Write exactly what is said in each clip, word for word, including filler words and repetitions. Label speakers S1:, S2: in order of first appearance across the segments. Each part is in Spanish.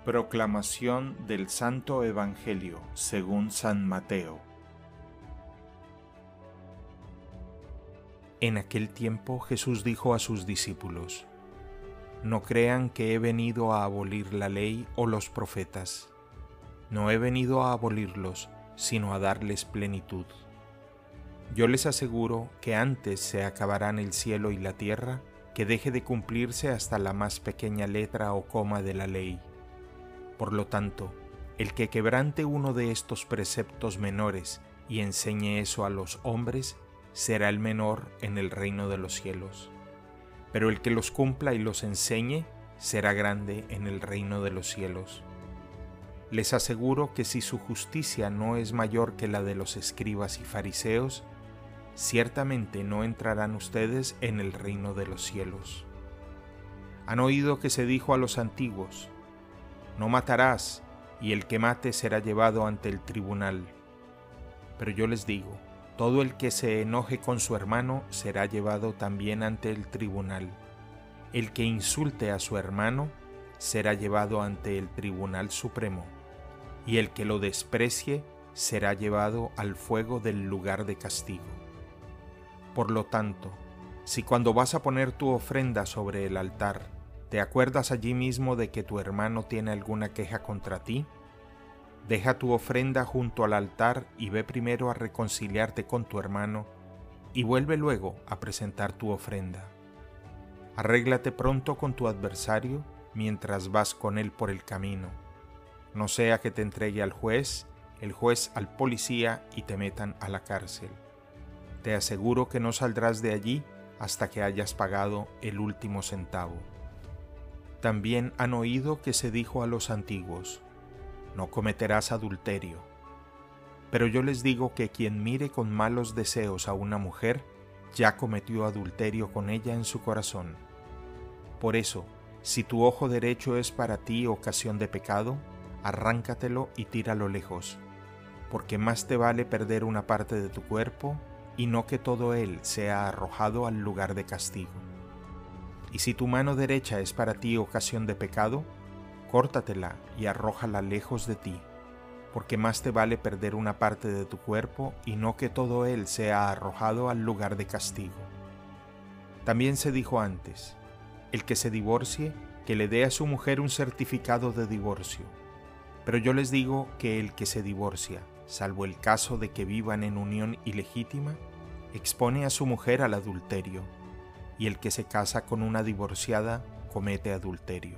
S1: Proclamación del Santo Evangelio según San Mateo. En aquel tiempo Jesús dijo a sus discípulos: No crean que he venido a abolir la ley o los profetas. No he venido a abolirlos, sino a darles plenitud. Yo les aseguro que antes se acabarán el cielo y la tierra que deje de cumplirse hasta la más pequeña letra o coma de la ley. Por lo tanto, el que quebrante uno de estos preceptos menores y enseñe eso a los hombres, será el menor en el reino de los cielos. Pero el que los cumpla y los enseñe, será grande en el reino de los cielos. Les aseguro que si su justicia no es mayor que la de los escribas y fariseos, ciertamente no entrarán ustedes en el reino de los cielos. Han oído que se dijo a los antiguos: No matarás, y el que mate será llevado ante el tribunal. Pero yo les digo, todo el que se enoje con su hermano será llevado también ante el tribunal. El que insulte a su hermano será llevado ante el tribunal supremo, y el que lo desprecie será llevado al fuego del lugar de castigo. Por lo tanto, si cuando vas a poner tu ofrenda sobre el altar, ¿te acuerdas allí mismo de que tu hermano tiene alguna queja contra ti? Deja tu ofrenda junto al altar y ve primero a reconciliarte con tu hermano, y vuelve luego a presentar tu ofrenda. Arréglate pronto con tu adversario mientras vas con él por el camino. No sea que te entregue al juez, el juez al policía y te metan a la cárcel. Te aseguro que no saldrás de allí hasta que hayas pagado el último centavo. También han oído que se dijo a los antiguos: No cometerás adulterio. Pero yo les digo que quien mire con malos deseos a una mujer, ya cometió adulterio con ella en su corazón. Por eso, si tu ojo derecho es para ti ocasión de pecado, arráncatelo y tíralo lejos, porque más te vale perder una parte de tu cuerpo y no que todo él sea arrojado al lugar de castigo. Y si tu mano derecha es para ti ocasión de pecado, córtatela y arrójala lejos de ti, porque más te vale perder una parte de tu cuerpo y no que todo él sea arrojado al lugar de castigo. También se dijo antes: el que se divorcie, que le dé a su mujer un certificado de divorcio. Pero yo les digo que el que se divorcia, salvo el caso de que vivan en unión ilegítima, expone a su mujer al adulterio, y el que se casa con una divorciada comete adulterio.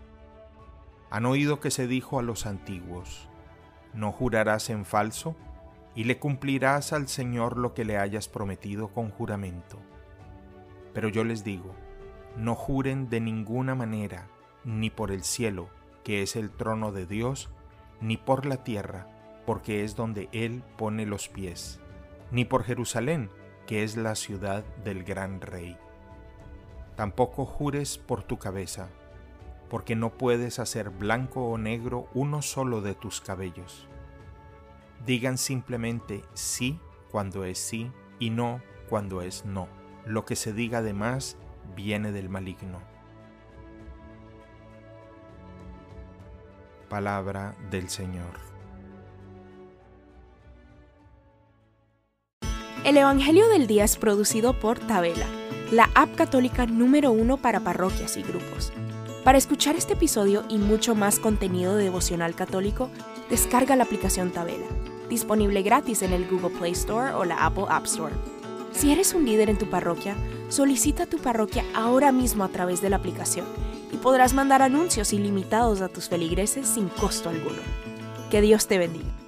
S1: Han oído que se dijo a los antiguos: No jurarás en falso, y le cumplirás al Señor lo que le hayas prometido con juramento. Pero yo les digo, no juren de ninguna manera, ni por el cielo, que es el trono de Dios, ni por la tierra, porque es donde Él pone los pies, ni por Jerusalén, que es la ciudad del gran Rey. Tampoco jures por tu cabeza, porque no puedes hacer blanco o negro uno solo de tus cabellos. Digan simplemente sí cuando es sí y no cuando es no. Lo que se diga de más viene del maligno. Palabra del Señor.
S2: El Evangelio del Día es producido por Tabela, la app católica número uno para parroquias y grupos. Para escuchar este episodio y mucho más contenido devocional católico, descarga la aplicación Tabela, disponible gratis en el Google Play Store o la Apple App Store. Si eres un líder en tu parroquia, solicita tu parroquia ahora mismo a través de la aplicación y podrás mandar anuncios ilimitados a tus feligreses sin costo alguno. Que Dios te bendiga.